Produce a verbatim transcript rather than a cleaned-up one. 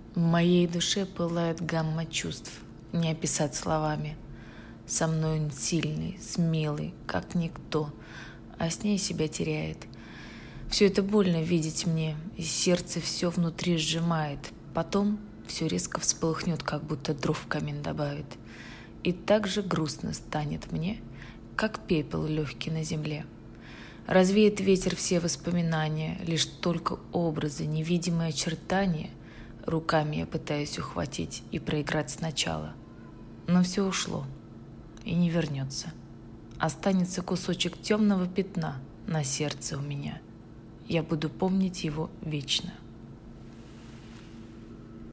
В моей душе пылает гамма чувств, не описать словами. Со мной он сильный, смелый, как никто, а с ней себя теряет. Все это больно видеть мне, и сердце все внутри сжимает. Потом все резко вспыхнет, как будто дров в камин добавит. И так же грустно станет мне, как пепел легкий на земле. Развеет ветер все воспоминания, лишь только образы, невидимые очертания. Руками я пытаюсь ухватить и проиграть сначала. Но все ушло и не вернется. Останется кусочек темного пятна на сердце у меня. Я буду помнить его вечно.